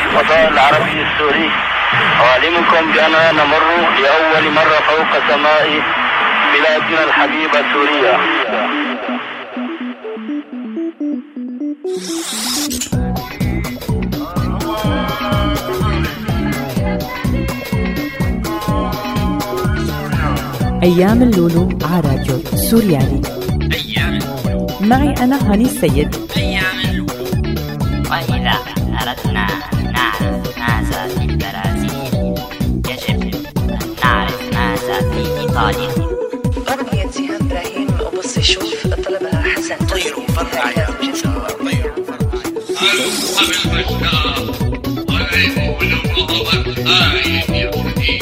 الفضاء العربي السوري، أعلمكم بأننا نمر لأول مرة فوق سماء بلادنا الحبيبة سوريا. أيام اللولو على راديو سوريالي. معي أنا هاني السيد. أيام اللولو. وإذا أردنا أن نعرف ماذا في البرازيل يجب أن نعرف ماذا في إيطاليا. أغنية زياد إبراهيم وبص يشوف طلبها حسن. طيروا فرقع يا رجال، طيروا فرقع. قبل مشتاق والعين ولو رضبت يا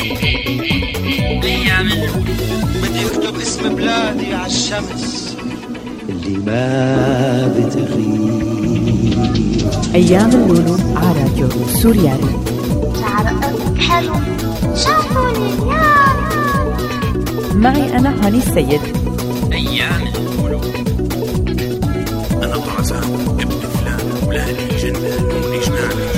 أيام اللولو. بدي أكتب اسم بلادي على الشمس اللي ما بتغيب. أيام اللولو على راديو سوريالي. شعرك حلو شافوني يا معي أنا هاني السيد. أيام اللولو. أنا طرزان ابن فلان ولالي جنة نوري جنان.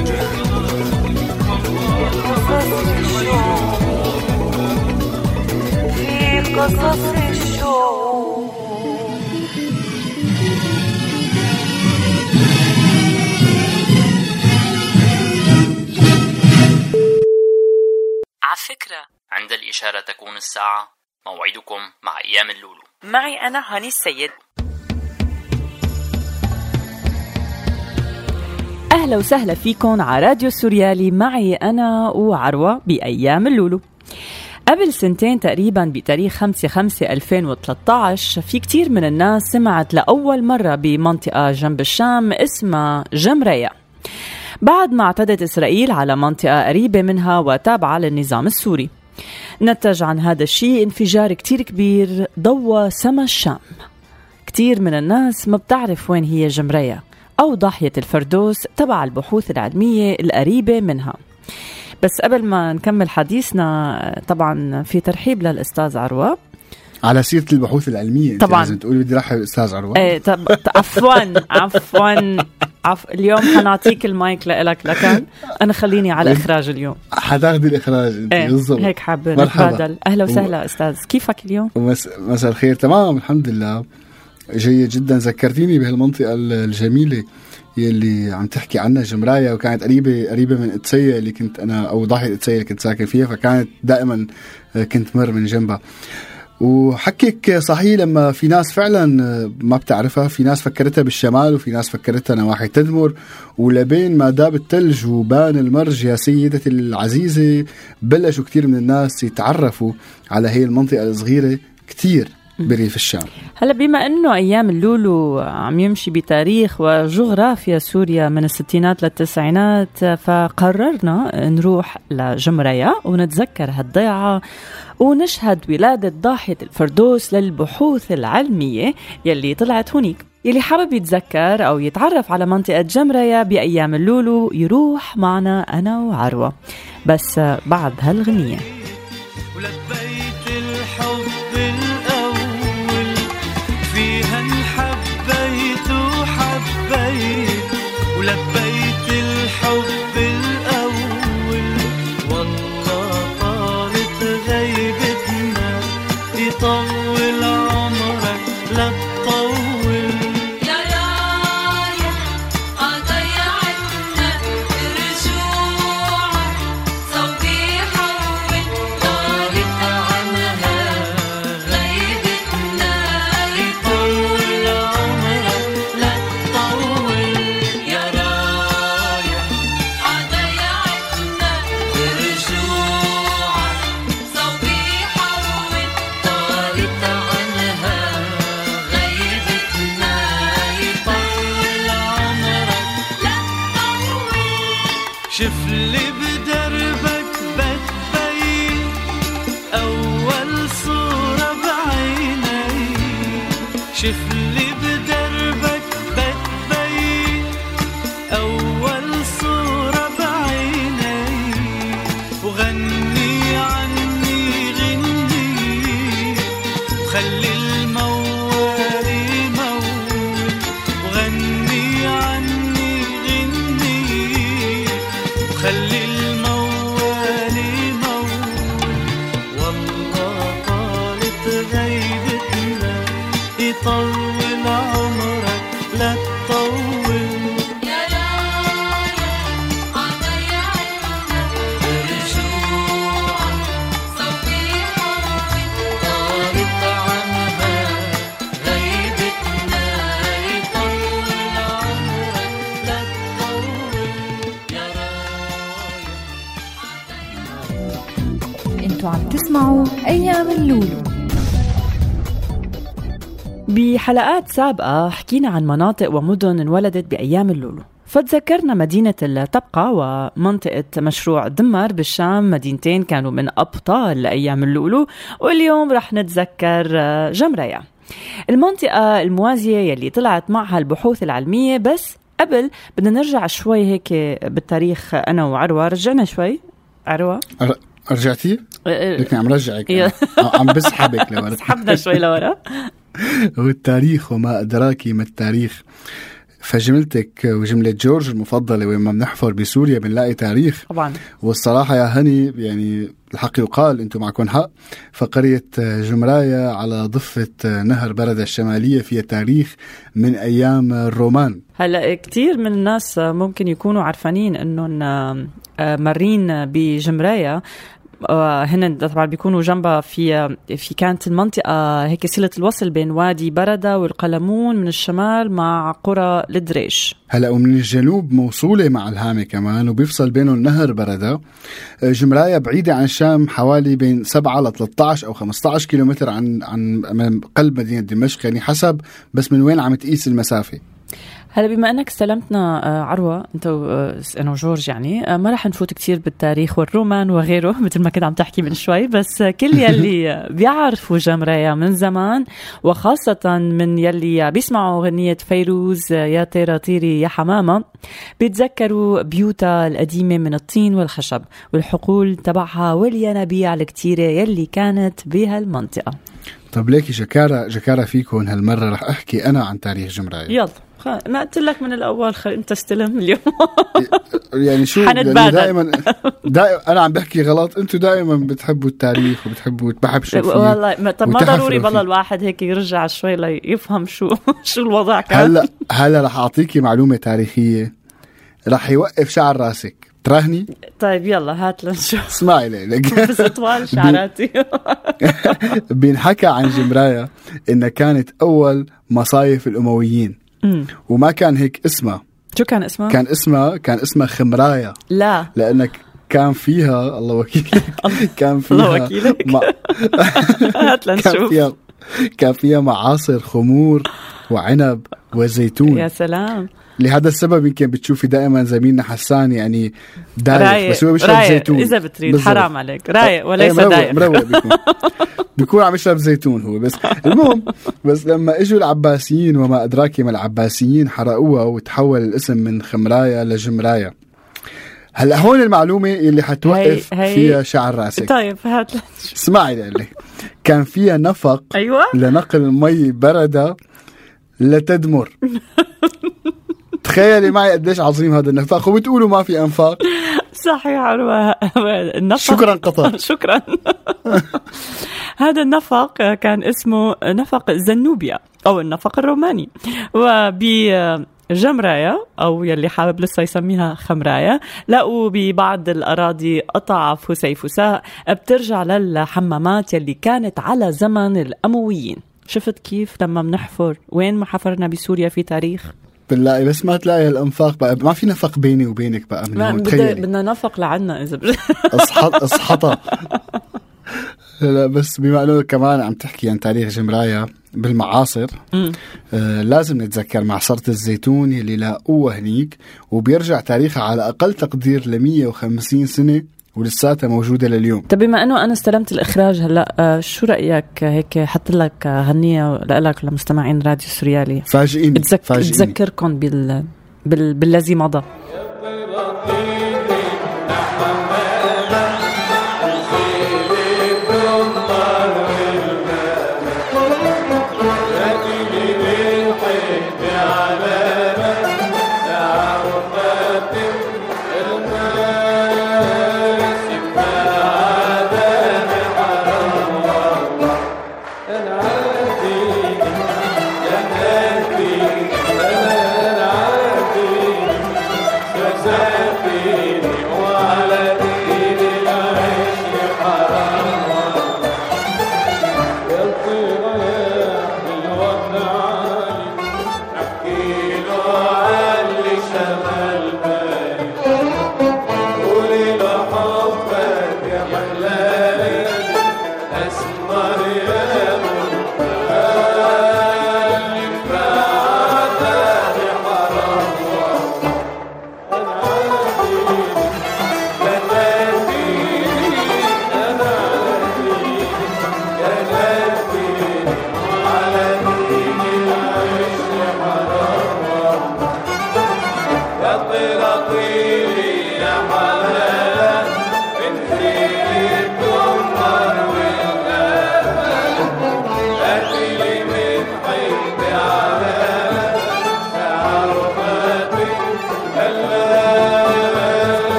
في قصص الشوق. على فكرة عند الإشارة تكون الساعة. موعدكم مع أيام اللولو. معي أنا هاني السيد. أهلا وسهلا فيكم على راديو سوريالي. معي أنا وعروة بأيام اللولو. قبل سنتين تقريبا بتاريخ 5/5/2013 في كتير من الناس سمعت لأول مرة بمنطقة جنب الشام اسمها جمرية، بعد ما اعتدت إسرائيل على منطقة قريبة منها وتابعة للنظام السوري. نتج عن هذا الشيء انفجار كتير كبير ضوى سما الشام. كتير من الناس ما بتعرف وين هي جمرية أو ضاحية الفردوس تبع البحوث العلمية القريبة منها. بس قبل ما نكمل حديثنا طبعا في ترحيب للأستاذ عروة. على سيرة البحوث العلمية طبعا لازم تقولي بدي رحب الأستاذ عروة. ايه عفوا اليوم حنعطيك المايك لكن أنا خليني على إخراج اليوم. حتاخدي الإخراج أنت بالضبط. هيك حابة نتبادل. أهلا وسهلا أستاذ، كيفك اليوم؟ مساء الخير. تمام الحمد لله جيد جدا. ذكرتيني بهالمنطقة الجميلة يلي عم تحكي عنها جمراية، وكانت قريبة من قدسية اللي كنت أنا أو ضاحية قدسية اللي كنت ساكن فيها، فكانت دائما كنت مر من جنبها. وحكيك صحيح لما في ناس فعلا ما بتعرفها، في ناس فكرتها بالشمال وفي ناس فكرتها نواحي تدمر، ولبين ما داب التلج وبان المرج يا سيدتي العزيزة بلشوا كتير من الناس يتعرفوا على هي المنطقة الصغيرة كتير بريف الشام. هلا بما انه ايام اللولو عم يمشي بتاريخ وجغرافيا سوريا من الستينات للتسعينات، فقررنا نروح لجمرية ونتذكر هالضيعة ونشهد ولادة ضاحية الفردوس للبحوث العلمية يلي طلعت هونيك. يلي حابب يتذكر أو يتعرف على منطقة جمرية بأيام اللولو يروح معنا أنا وعروة، بس بعد هالغنية. ولبيت الحب الأول فيها انحبيت وحبيت، ولبيت الحب الأول والله طالت غيبتنا، يطول عمرك لا تطول يا رايح ضيعتنا رجوعك صوبي حول طالت عنها غيبتنا، يطول عمرك لا تطول يا رايح ضيعتنا رجوعك صوبي حول طالت عنها غيبتنا، يطول عمرك لا تطول. شوف لي بدربك بتبين أول صورة بعيني، شوف لي بدربك بتبين أول صورة بعيني، وغني عني غني وخلي الموال يمول، وغني عني غني انتوا عم تسمعوا أيام اللولو. بحلقات سابقة حكينا عن مناطق ومدن انولدت بأيام اللولو، فتذكرنا مدينة التبقى ومنطقة مشروع دمر بالشام، مدينتين كانوا من أبطال أيام اللولو. واليوم رح نتذكر جمرية، المنطقة الموازية يلي طلعت معها البحوث العلمية. بس قبل بدنا نرجع شوي هيك بالتاريخ. أنا وعروة رجعنا شوي. عروة رجعتي؟ لكن عم رجعك عم بسحبك لورا. سحبنا شوي لورا. والتاريخ وما أدراك ما التاريخ. فجملتك وجملة جورج المفضلة وين ما بنحفر بسوريا بنلاقي تاريخ طبعا. والصراحة يا هني يعني الحق يقال انتم معكم حق، فقرية جمراية على ضفة نهر بردة الشمالية فيها تاريخ من أيام الرومان. هلا كتير من الناس ممكن يكونوا عارفانين انهم مرين بجمراية. هنا طبعا بيكونوا جنبها في كانت المنطقة هيك صلة الوصل بين وادي بردة والقلمون من الشمال مع قرى الدريش. هلا ومن الجنوب موصولة مع الهامة كمان، وبيفصل بينهم نهر بردة. جمراية بعيدة عن الشام حوالي بين 7 ل 13 أو 15 كيلومتر عن قلب مدينة دمشق، يعني حسب بس من وين عم تقيس المسافة. هلا بما أنك استلمتنا عروة أنت أنا وجورج، يعني ما رح نفوت كتير بالتاريخ والرومان وغيره مثل ما كنت عم تحكي من شوي، بس كل يلي بيعرفوا جمرية من زمان، وخاصة من يلي بيسمعوا غنية فيروز يا تيرا طيري يا حمامة، بيتذكروا بيوتها القديمة من الطين والخشب والحقول تبعها والينابيع الكتيرة يلي كانت بهالمنطقة. طب ليكي جكارة فيكم هالمرة رح أحكي أنا عن تاريخ جمراية. يلا ما قلت لك من الأول أنت استلم اليوم. يعني شو يعني دائما أنا عم بحكي غلط، أنتوا دائما بتحبوا التاريخ وبتحبوا تبحب شو فيه. والله طب ما ضروري بالله الواحد هيك يرجع شوي ليفهم شو الوضع كان. هلا رح أعطيكي معلومة تاريخية رح يوقف شعر راسك. تراهني؟ طيب يلا هات لنشوف. اسمعي لك بس طوال شعراتي. بينحكى عن جمراية إنها كانت أول مصايف الأمويين، وما كان هيك اسمها. شو كان اسمها؟ كان اسمها خمراية. لا لأنك كان فيها الله وكيلك كان فيها الله وكيلك هات لنشوف. كان فيها معاصر خمور وعنب وزيتون. يا سلام. لهذا السبب يمكن بتشوفي دائما زميلنا حسان يعني دايق، بس هو بيشرب زيتون. إذا بتريد حرام عليك رايق وليس دايق. مروق بيكون عم يشرب زيتون هو. بس المهم بس لما اجوا العباسيين وما أدراك ما العباسيين حرقوها وتحول الاسم من خمراية لجمراية. هلا هون المعلومة اللي حتوقف فيها شعر راسك. طيب هات اسمعي لي. كان فيها نفق أيوة؟ لنقل مي بردة لتدمر. تخيلي معي قديش عظيم هذا النفق، وبتقولوا ما في أنفاق. صحيح عروة. النفق شكرا قطر. شكرا. هذا النفق كان اسمه نفق زنوبيا أو النفق الروماني، وبجمراية أو يلي حابب لسه يسميها خمراية لقوا ببعض الأراضي قطع فسيفساء بترجع للحمامات يلي كانت على زمن الأمويين. شفت كيف لما بنحفر وين ما حفرنا بسوريا في تاريخ بالله، بس ما تلاقي الأنفاق بقى، ما في نفق بيني وبينك بقى من هون. بدنا نفق لعنا إذا اصحطها. لا بس بما أنه كمان عم تحكي عن تاريخ جمراية بالمعاصر، لازم نتذكر معصرة الزيتون اللي لاقوها هنيك، وبيرجع تاريخها على أقل تقدير 150 سنة ولساتها موجودة لليوم. طب بما أنه أنا استلمت الإخراج هلأ، شو رأيك هيك حط لك هنية لك لمستمعين راديو سوريالي؟ فاجئيني. بتذكركم بالذي مضى.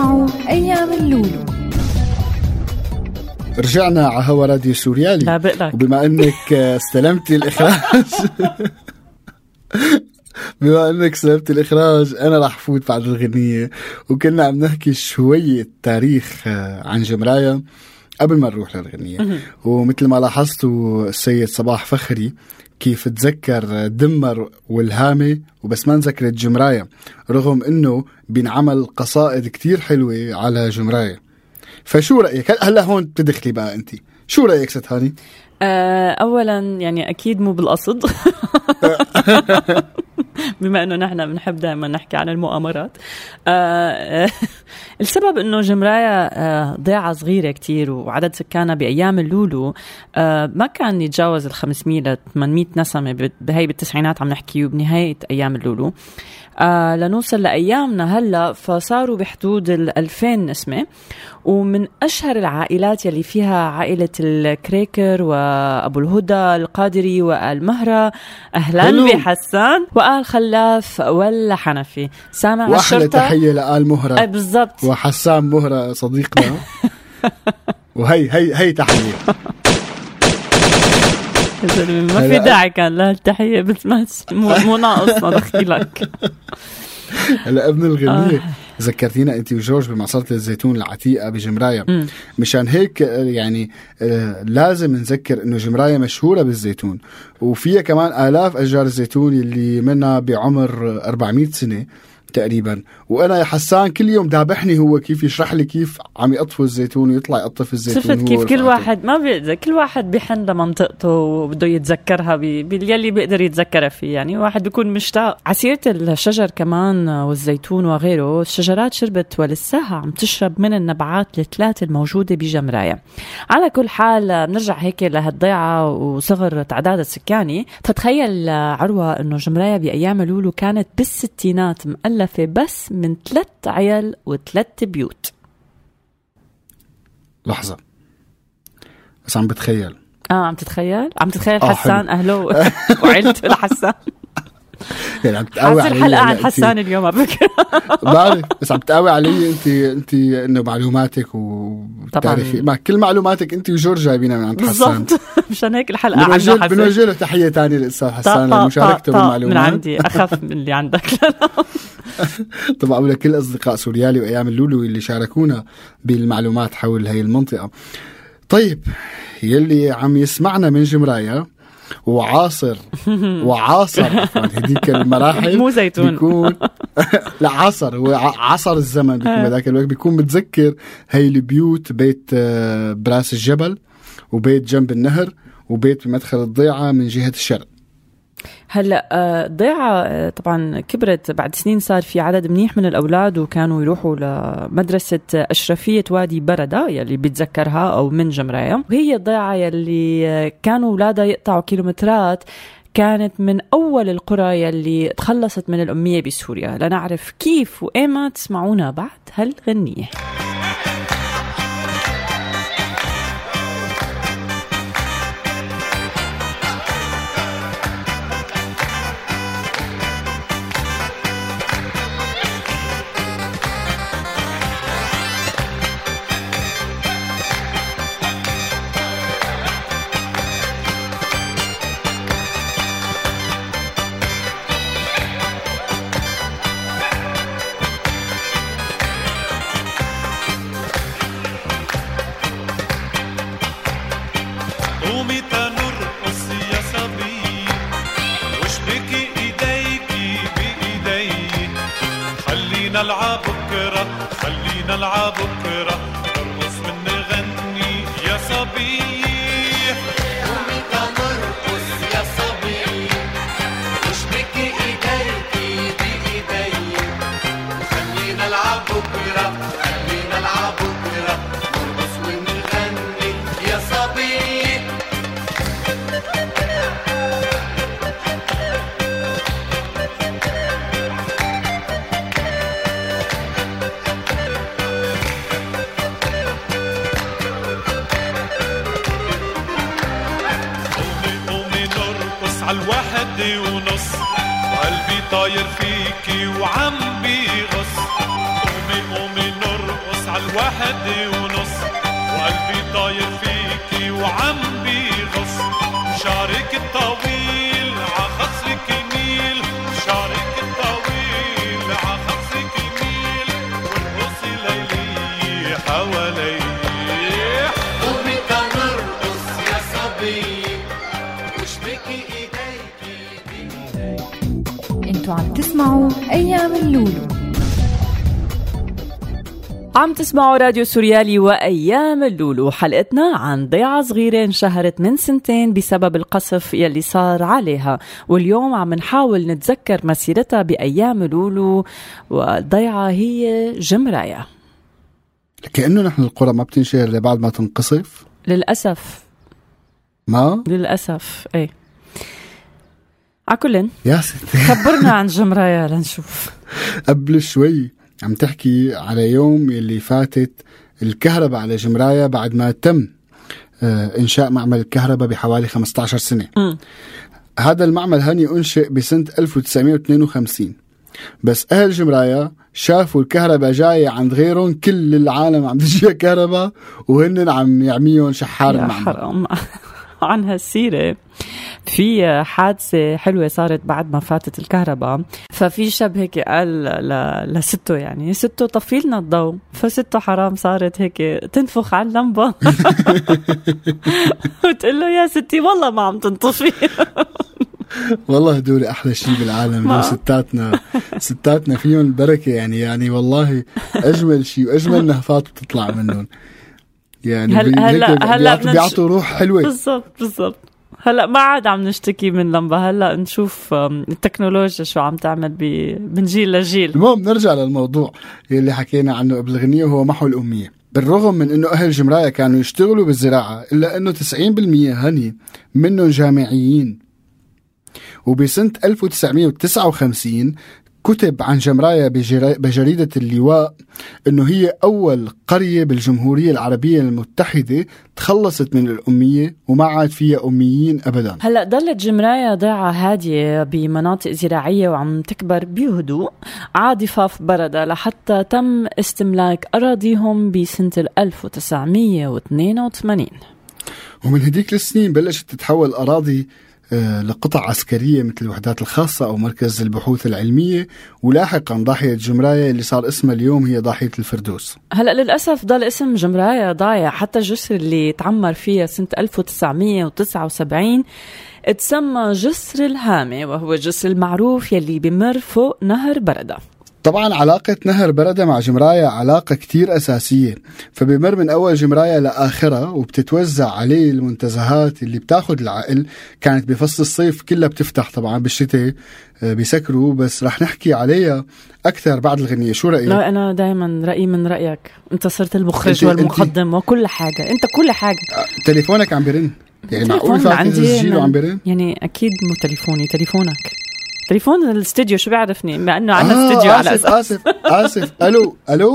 تسمعوا أيام اللولو. رجعنا على هوا راديو سوريالي. لا بقلك. وبما انك استلمتي الإخراج أنا رح فوت بعد الغنية. وكنا عم نحكي شوية تاريخ عن جمرايا قبل ما نروح للغنية. ومثل ما لاحظتوا السيد صباح فخري كيف تذكر دمر والهامة وبس ما نذكرت جمرايا، رغم انه بينعمل قصائد كتير حلوة على جمرايا. فشو رأيك هلا هون بتدخلي بقى انت؟ شو رأيك ست هاني؟ اولا يعني اكيد مو بالقصد بما انه نحن بنحب دائما نحكي عن المؤامرات. السبب انه جمرايا ضيعة صغيرة كتير، وعدد سكانها بايام اللولو ما كان يتجاوز 500 ل 800 نسمة بهي بالتسعينات عم نحكي، وبنهاية ايام اللولو لنوصل لأيامنا هلأ فصاروا بحدود 2000 نسمة. ومن أشهر العائلات يلي فيها عائلة الكريكر وأبو الهدى القادري وآل مهرة، أهلا بحسان وآل خلاف ولا حنفي. سامع الشرطة؟ وأحلى تحية لآل مهرة. بالضبط، وحسان مهرة صديقنا وهي تحية. ما في داعي كان لها التحية، بس مو ناقصنا دخيلك. هلا ابن الغنية ذكرتينا انت وجورج بمعصرة الزيتون العتيقة بجمرايا. مشان هيك يعني لازم نذكر انه جمرايا مشهورة بالزيتون، وفيها كمان آلاف أشجار الزيتون اللي منها بعمر 400 سنة تقريبا. وانا يا حسان كل يوم دابحني هو كيف يشرح لي كيف عم يقطفوا الزيتون ويطلع يقطف الزيتون. شفت كيف كل واحد ما بيقدر، كل واحد بيحن لمنطقته وبده يتذكرها باليلي بيقدر يتذكرها فيه. يعني واحد بيكون مشتاق. عصيرة الشجر كمان والزيتون وغيره، الشجرات شربت ولساها عم تشرب من النبعات الثلاث الموجودة بجمرايا. على كل حال نرجع هيك لهالضيعة وصغر تعداد السكاني. فتخيل عروة انه جمرايا بأيام اللولو كانت بالستينات مؤلفة بس من 3 عيال و3 بيوت. لحظة بس عم بتخيل. عم تتخيل حسان أهله وعيلته لحسان. يعني عم تقاوي علي الحلقة عن حسان اليوم على فكرة. بعرف بس عم تقاوي علي انت انه معلوماتك وتاريخي مع كل معلوماتك انت وجورج جايبينها من عند حسان. مشان هيك الحلقة عنه بنوجه له تحية تانية للأستاذ حسان لمشاركته بالمعلومات. من عندي أخف من اللي عندك. طبعا أقول لكل أصدقاء سوريالي وأيام اللولو اللي شاركونا بالمعلومات حول هاي المنطقة. طيب يلي عم يسمعنا من جمرايا وعاصر هديك المراحل مو زيتون بيكون لا عصر الزمن بيكون بذاك الوقت، بيكون متذكر هاي البيوت، بيت براس الجبل وبيت جنب النهر وبيت بمدخل الضيعة من جهة الشرق. هلا الضيعة طبعا كبرت بعد سنين، صار في عدد منيح من الأولاد وكانوا يروحوا لمدرسة أشرفية وادي بردة يلي بيتذكرها أو من جمرايا. وهي الضيعة يلي كانوا أولادها يقطعوا كيلومترات، كانت من أول القرى يلي تخلصت من الأمية بسوريا. لنعرف كيف وإيما تسمعونا بعد هالغنية. خلينا نلعب بكرة نرقص ونغني يا صبي. قومي تنرقص يا صبي واشبكي ايديكي بايدي. خلينا نلعب بكرة نرقص ونغني يا صبي. عالواحد ونص وقلبي طاير فيكي وعم بيغص. قومي نرقص عالواحدة ونص، وقلبي طاير فيكي وعم بيغص. شعرك الطويل عخصرك يميل، شعرك الطويل عخصرك يميل، والقصي ليلي حوالي. قومي تنرقص يا صبي، وشبكي ايديكي بايدي. انتوا عم تسمعوا أيام اللولو. عم تسمعوا راديو سوريالي وأيام اللولو. حلقتنا عن ضيعة صغيرة انشهرت من 2 بسبب القصف يلي صار عليها، واليوم عم نحاول نتذكر مسيرتها بأيام اللولو. والضيعة هي جمراية. كأنه نحن القرى ما بتنشهر إلا بعد ما تنقصف. للأسف ما للأسف ايه. عكلن يا ستي خبرنا عن جمراية لنشوف. قبل شوي عم تحكي على يوم اللي فاتت الكهرباء على جمراية بعد ما تم إنشاء معمل الكهرباء بحوالي 15 سنة. هذا المعمل هني أنشئ بسنة 1952، بس أهل جمراية شافوا الكهرباء جاية عند غيرهم، كل العالم عم تجي كهرباء وهن عم يعميون شحار المعمل. حرام. عن هالسيرة في حادثة حلوة صارت بعد ما فاتت الكهرباء. ففي شاب هيك قال لسته، يعني سته طفي لنا الضوء، فسته حرام صارت هيك تنفخ على اللمبة وتقول له يا ستي والله ما عم تنطفي. والله هدول أحلى شيء بالعالم. ستاتنا فيهم البركة، يعني والله أجمل شيء وأجمل نهفات بتطلع منهم. يعني هلا بيعطوا روح حلوة. بالضبط. هلا ما عاد عم نشتكي من لمبة، هلا نشوف التكنولوجيا شو عم تعمل من جيل لجيل. المهم نرجع للموضوع اللي حكينا عنه قبل الغنية، وهو محو الأمية. بالرغم من أنه أهل جمراية كانوا يشتغلوا بالزراعة، إلا أنه 90% هني منهم جامعيين. وبسنة 1959 كتب عن جمراية بجريدة اللواء أنه هي أول قرية بالجمهورية العربية المتحدة تخلصت من الأمية وما عاد فيها أميين أبدا. هلأ ضلت جمراية ضيعة هادية بمناطق زراعية وعم تكبر بهدوء عاطفة في بردة، لحتى تم استملاك أراضيهم بسنة 1982. ومن هديك السنين بلشت تتحول أراضي لقطع عسكرية مثل الوحدات الخاصة أو مركز البحوث العلمية، ولاحقا ضاحية جمراية اللي صار اسمها اليوم هي ضاحية الفردوس. هلأ للأسف ضل اسم جمراية ضايع، حتى الجسر اللي تعمر فيها سنة 1979 اتسمى جسر الهامة، وهو الجسر المعروف يلي بمر فوق نهر بردة. طبعا علاقة نهر بردة مع جمراية علاقة كتير أساسية، فبمر من أول جمراية لآخرة، وبتتوزع عليه المنتزهات اللي بتاخد العقل. كانت بفصل الصيف كلها بتفتح، طبعا بالشتاء بيسكروا، بس رح نحكي عليها أكثر بعد الغنية. شو رأيك؟ لا أنا دايما رأيي من رأيك، أنت صرت المخرج والمقدم وكل حاجة، أنت كل حاجة. تليفونك عم برن، يعني معقول فاتت التسجيل وعم برن؟ يعني أكيد مو تليفوني، تليفون الاستوديو، شو بيعرفني مع انه عندنا استوديو على اسف. الو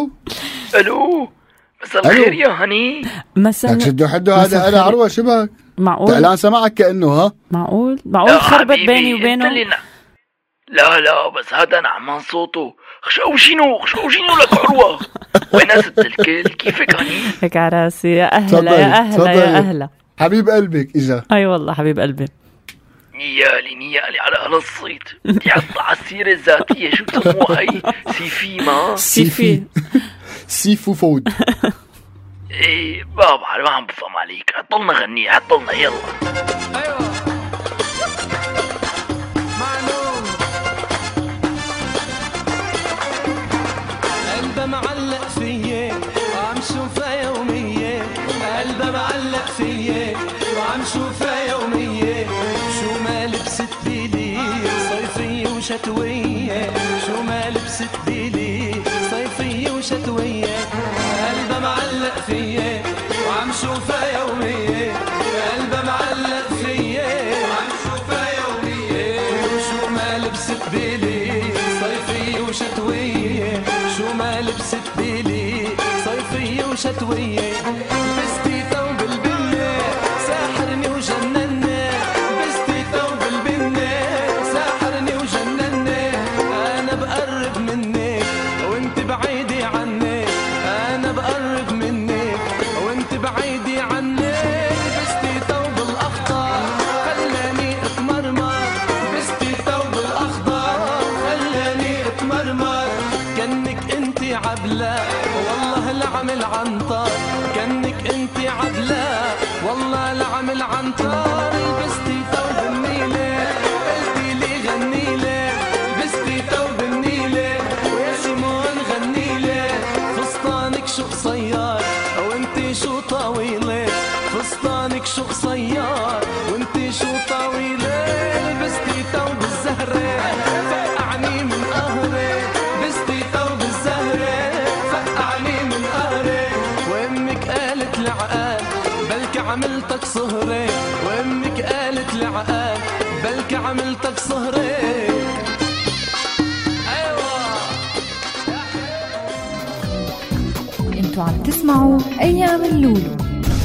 مساء الخير يا هني. مساء شدوا حدو، هذا انا عروه شبك. معقول الان سمعك كأنه معقول خربت بيني وبينه. لا بس هذا نعمان صوته خشوشينو لك عروه. وين ست الكل؟ كيفك هني؟ هيك على راسي. يا اهلا حبيب قلبك اجا. اي والله حبيب قلبي. نيالي على أهل الصيد. بدي أطلع على السيرة الذاتية، شو بسموها هي؟ سيفو فود. إيه بابا ما عم بفهم عليك. حطلنا غنية، حطلنا يلا. أيوة معلوم. قلبه معلق فيي وعم شوفها يومية، قلبه معلق فيي وعم شوفها يومية. شو ما لبست بيلي صيفية وشتوية، شو ما لبست بيلي صيفية وشتوية. قلبه معلق فيي وعم شوفها يومية، قلبه معلق فيي وعم شوفها يومية. شو ما لبست بيلي صيفية وشتوية، شو ما لبست بيلي صيفية وشتوية. بستي ثوب البنة ساحرني وجنني، بستي ثوب البنة ساحرني وجنني. أنا بقرب منك وانت بعيدي عني، أنا بقرب العنطر كأنك انت عبلاء والله لعم العنطر لبستي ثوب النيلة قلتي لي غني لي لبستي ثوب النيلة ويا سيمون غني لي فستانك شو قصير وانت شو طويلة فستانك شو قصير وانت شو طويلة لبستي ثوب الزهرة فقعني من قهري لبستي ثوب الزهرة فقعني من قهري وامك قالت لعقال بلك عملتك صهري وامك قالت لعقال بلك عملتك صهري. انتوا عم تسمعوا ايام اللولو.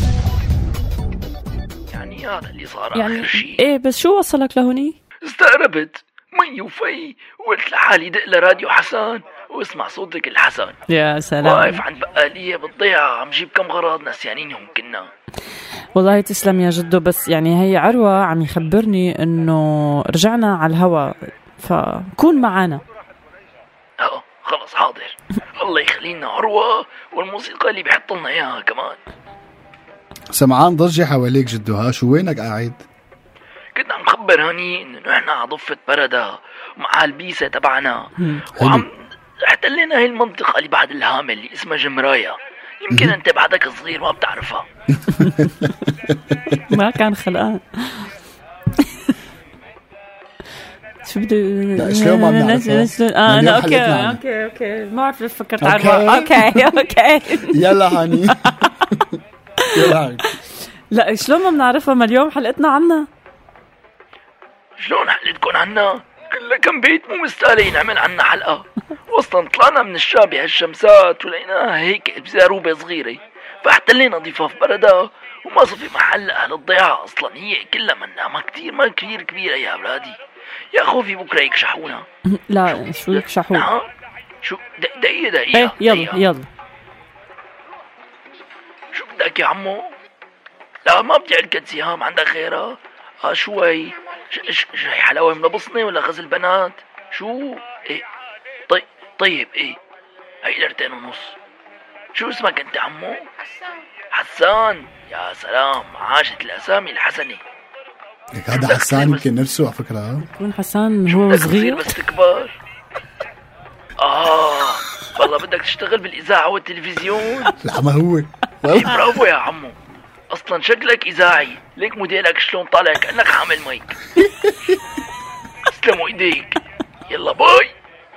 يعني هذا اللي صار يعني آخر شيء. ايه بس شو وصلك لهوني؟ استغربت مي وفي وقلت لحالي دق لراديو حسن واسمع صوتك الحسن. يا سلام. واقف عند بقالية بالضيعة عم جيب كم غراض نسيانينهم كنا. والله تسلم يا جدو، بس يعني هي عروة عم يخبرني انه رجعنا على الهوا فكون معنا. خلص حاضر. الله يخلينا عروة والموسيقى اللي بيحط لنا اياها كمان. سمعان ضجة حواليك جدو، ها شو وينك قاعد؟ كنت عم خبر هاني انه نحن على ضفة بردة ومع البيسة تبعنا وعم احتلينا هاي المنطقة اللي بعد الهامة اللي اسمها جمراية. يمكن انت بعدك صغير ما بتعرفها. ما كان خلقان. شو بده؟ لا شلون ما بنعرفها؟ انا اوكي ما بعرف ليش فكرت عروة. اوكي يلا هاني. يلا. لا شلون ما بنعرفها؟ ما اليوم حلقتنا عنا. شلون حلقتكم عنا؟ كلها كم بيت مو مستاهل نعمل عنا حلقة. واصلا طلعنا من الشام هالشمسات ولقيناها هيك بزاروبة صغيرة فاحتلينا ضفاف بردة وما صفي محل أهل الضيعة. أصلا هي كلها منا ما كتير كبيرة يا أولادي. يا خوفي بكرة يكشحونا. لا شو يكشحونا؟ شو دقيقة يلا شو بدك يا عمو؟ لا ما بدي علكة سهام عندك غيرها؟ شو هي؟ هي حلاوة من بصنة ولا غزل بنات؟ شو؟ ايه طيب ايه هي 2.5. شو اسمك انت عمو؟ حسان. يا سلام عاشت الاسامي الحسنة. هذا حسان يمكن نفسه على فكرة. يكون حسان هو صغير بس تكبر. والله بدك تشتغل بالإذاعة والتلفزيون. لا ما هو. برافو يا عمو. اصلا شكلك اذاعي ليك موديلك شلون طالع كأنك حامل مايك. تسلموا ايديك. يلا باي.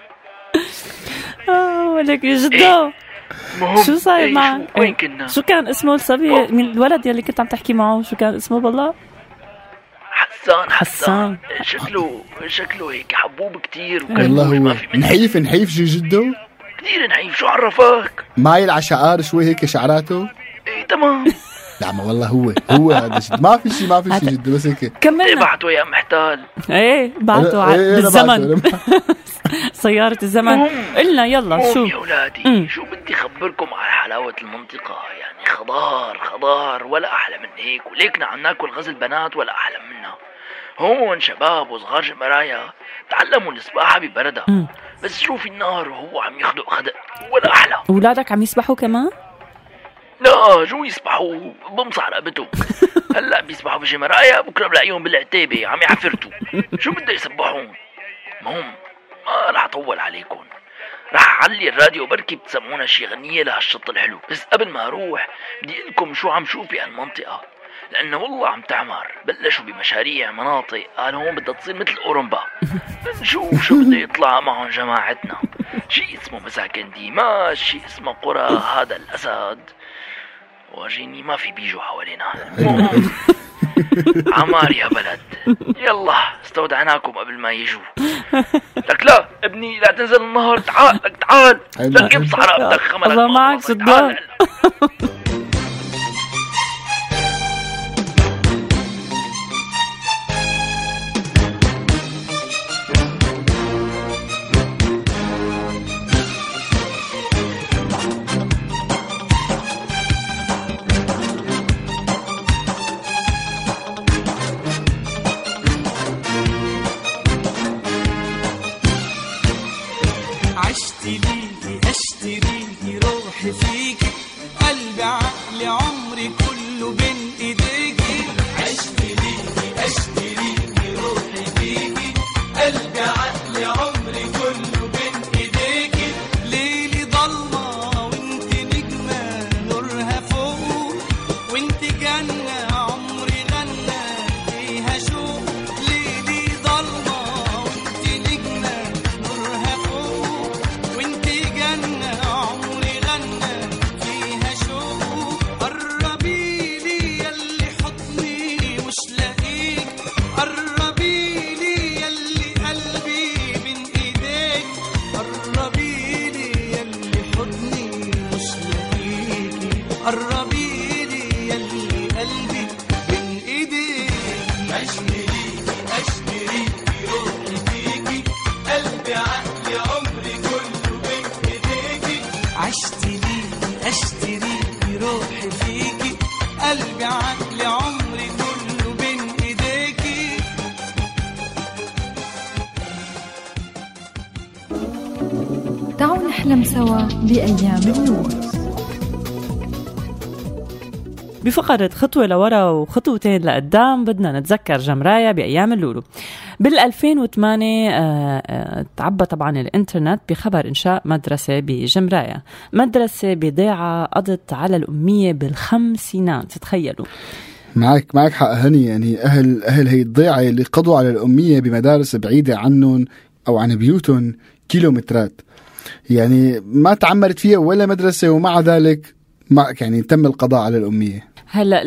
ولك يا جدو شو صاير معك؟ وين كنا؟ شو كان اسمه الصبي من الولد يلي كنت عم تحكي معه؟ شو كان اسمه بالله؟ حسان. شكله هيك حبوب كتير. والله هو نحيف شي جدو كتير نحيف. شو عرفك؟ مايل على شعار شوي هيك شعراته. ايه تمام. لا ما والله هو هذا جد. ما في شي جدو بس هيك. كملنا. بعته يا محتال. ايه بعته بالزمن. سيارة الزمن. قلنا يلا شو يا أولادي. شو بدي خبركم على حلاوة المنطقة. يعني خضار ولا أحلى من هيك. وليكنا عم ناكل غزل بنات ولا أحلى منها. هون شباب وصغار جمرايا تعلموا السباحة ببردة. بس شوفي النهر وهو عم يخدق خدق ولا أحلى. أولادك عم يسبحوا كمان؟ لا شو يسبحوا بمصع رقبتهم. هلا بيسبحوا بجمرايا بكره بلاقيهم بالعتيبة عم يعفرتوا. شو بده يسبحون؟ مهم ما رح اطول عليكم. رح اعلي الراديو بركي بتسمعونا شي غنية لهالشط الحلو. بس قبل ما اروح بدي اقلكم شو عم شوف بهالمنطقة. لانه والله عم تعمر. بلشوا بمشاريع مناطق قالوا هون بدها تصير مثل أورومبا. نشوف شو بده يطلع معهم جماعتنا. شي اسمه مساكن ديماش، شي اسمه قرى هذا الأسد. واجيني ما في بيجوا حوالينا. عمار يا بلد. يلا استودعناكم قبل ما يجوا. لك لا ابني لا تنزل النهر. تعال لك بصحراء بدك خمرك. الله معك صدق. عشت ليكي اشتريكي روحي فيكي عقلي عمري كله بين ايديكي عشت ليكي اشتريكي روحي فيكي قلبي عقلي عمري كله بين ايديكي ليلي ضلمة وانت نجمة نورها فوق وانت جنة عمري غنى فيها شوق ليلي ضلمة وانت نجمة نورها فوق وانت جنة عمري غنى فيها شوق قربيلي يلي حضني مش لاقيك قربيلي يلي قلبي بين ايديك قربيلي يلي حضني مش لاقيكي قربيلي يلي قلبي بين ايديك اشتريكي اشتريكي روحي فيكي قلبي عقلي عمري كله بين ايديكي عشت ليكي اشتريكي روحي فيكي قلبي عقلي عمري كله بين ايديكي تعالوا نحلم سوا بأيام اللولو. بفقرة خطوة لورا وخطوتين لقدام بدنا نتذكر جمرايا بأيام اللولو. بال2008 تعبى طبعا الانترنت بخبر إنشاء مدرسة بجمرايا، مدرسة بضيعة قضت على الأمية بالخمسينات. تتخيلوا. معك حق هني، يعني أهل هي الضيعة اللي قضوا على الأمية بمدارس بعيدة عنهم أو عن بيوتهم كيلومترات، يعني ما تعمرت فيها ولا مدرسة، ومع ذلك يعني تم القضاء على الأمية. هلا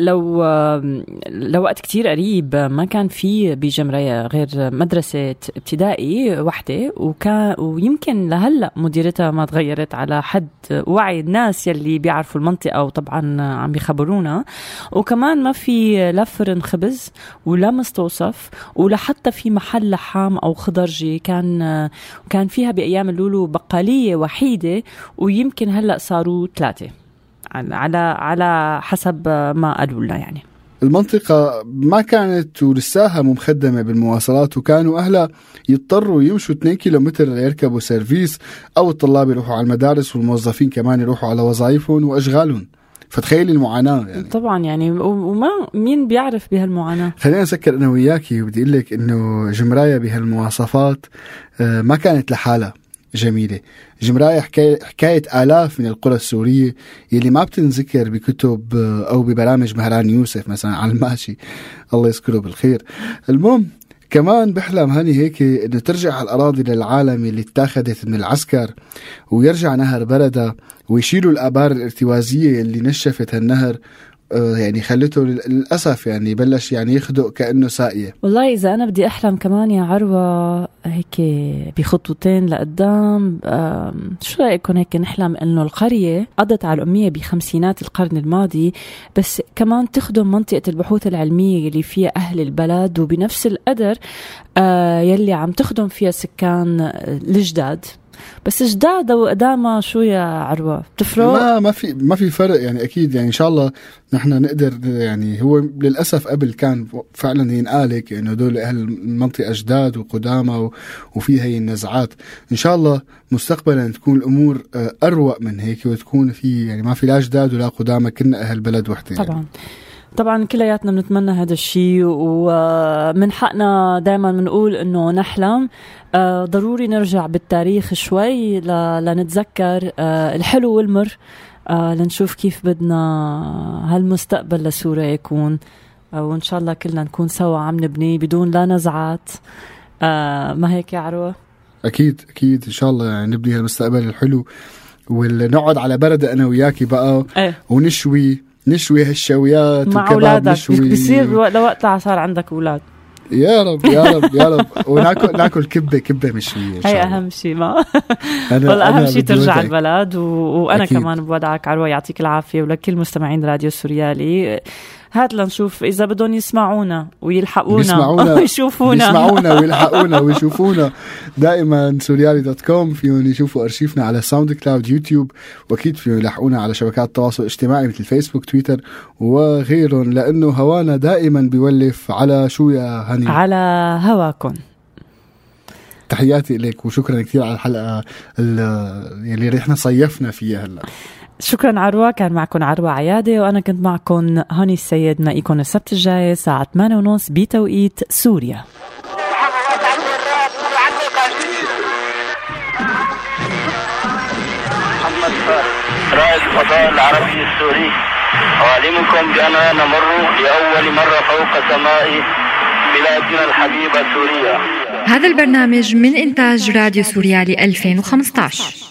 لو وقت كتير قريب ما كان في بجمرايا غير مدرسة ابتدائي وحدة، ويمكن لهلا مديرتها ما تغيرت على حد وعي الناس يلي بيعرفوا المنطقة وطبعا عم بيخبرونا، وكمان ما في لا فرن خبز ولا مستوصف ولا حتى في محل لحام أو خضرجي. كان فيها بأيام اللولو بقالية وحيدة، ويمكن هلا صاروا 3 على حسب ما قالوا لنا. يعني المنطقة ما كانت ولساها مخدمة بالمواصلات، وكانوا أهلها يضطروا يمشوا 2 كيلومتر ليركبوا سيرفيس، أو الطلاب يروحوا على المدارس والموظفين كمان يروحوا على وظائفهم وأشغالهم. فتخيلي المعاناة يعني. طبعا يعني وما مين بيعرف بهالمعاناة. خلينا نسكر أنا وياكي، وبدي أقول لك إنه جمرايا بهالمواصفات ما كانت لحالها جميلة. جمرايا حكاية آلاف من القرى السورية يلي ما بتنذكر بكتب أو ببرامج مهران يوسف مثلا على الماشي، الله يذكره بالخير. المهم كمان بحلم هاني هيك إنه ترجع الأراضي للعالم اللي اتاخدت من العسكر، ويرجع نهر بردة، ويشيلوا الآبار الارتوازية اللي نشفت هالنهر، يعني خلته للأسف يعني بلش يعني يخدق كأنه ساقية. والله إذا أنا بدي أحلم كمان يا عروة هيك بخطوتين لقدام، شو رأيكم هيك نحلم إنه القرية قضت على الأمية بخمسينات القرن الماضي، بس كمان تخدم منطقة البحوث العلمية اللي فيها أهل البلد، وبنفس القدر يلي عم تخدم فيها سكان الجداد. بس جداد وقدامها شو يا عروة بتفرق؟ ما في فرق يعني. أكيد يعني إن شاء الله نحن نقدر، يعني هو للأسف قبل كان فعلا ينقالك إنه دول أهل المنطقة جداد وقدامى وفي هي النزعات. إن شاء الله مستقبلا تكون الأمور أروق من هيك، وتكون في يعني ما في لا جداد ولا قدامى، كنا أهل بلد وحدة يعني. طبعا كلياتنا بنتمنى هذا الشيء، ومن حقنا دائما بنقول انه نحلم. ضروري نرجع بالتاريخ شوي لنتذكر الحلو والمر، لنشوف كيف بدنا هالمستقبل لسوريا يكون، وان شاء الله كلنا نكون سوا عم نبني بدون لا نزعات. ما هيك يا عروة؟ اكيد ان شاء الله يعني نبني هالمستقبل الحلو، ونقعد على بردة انا وياكي بقى ونشوي هالشويات مع أولادك. بيصير لوقتها صار عندك أولاد. يا رب وناكل كبة مشوية. هي أهم شيء. ما والله أهم شيء ترجع البلد. وأنا أكيد. كمان بودعك عروة، يعطيك العافية، ولكل مستمعين راديو سوريالي. هات لنشوف إذا بدهم يسمعونا ويلحقونا ويشوفونا. يسمعونا ويلحقونا ويشوفونا. دائما سوريالي.com فيهم يشوفوا أرشيفنا على ساوند كلاود، يوتيوب، وأكيد فيهم يلحقونا على شبكات التواصل الاجتماعي مثل فيسبوك، تويتر وغيرهم، لأنه هوانا دائما بيولف على شو يا هني؟ على هواكم. تحياتي إليك وشكرا كثير على الحلقة اللي ريحنا صيفنا فيها هلا. شكرا عروة. كان معكم عروة عيادة وأنا كنت معكم هاني السيد. نلاقيكم السبت الجاي الساعة 8:30 بتوقيت سوريا. رائد الفضاء العربي السوري، أعلمكم بأننا نمر لأول مرة فوق سماء بلادنا الحبيبة سوريا. هذا البرنامج من إنتاج راديو سوريالي 2015.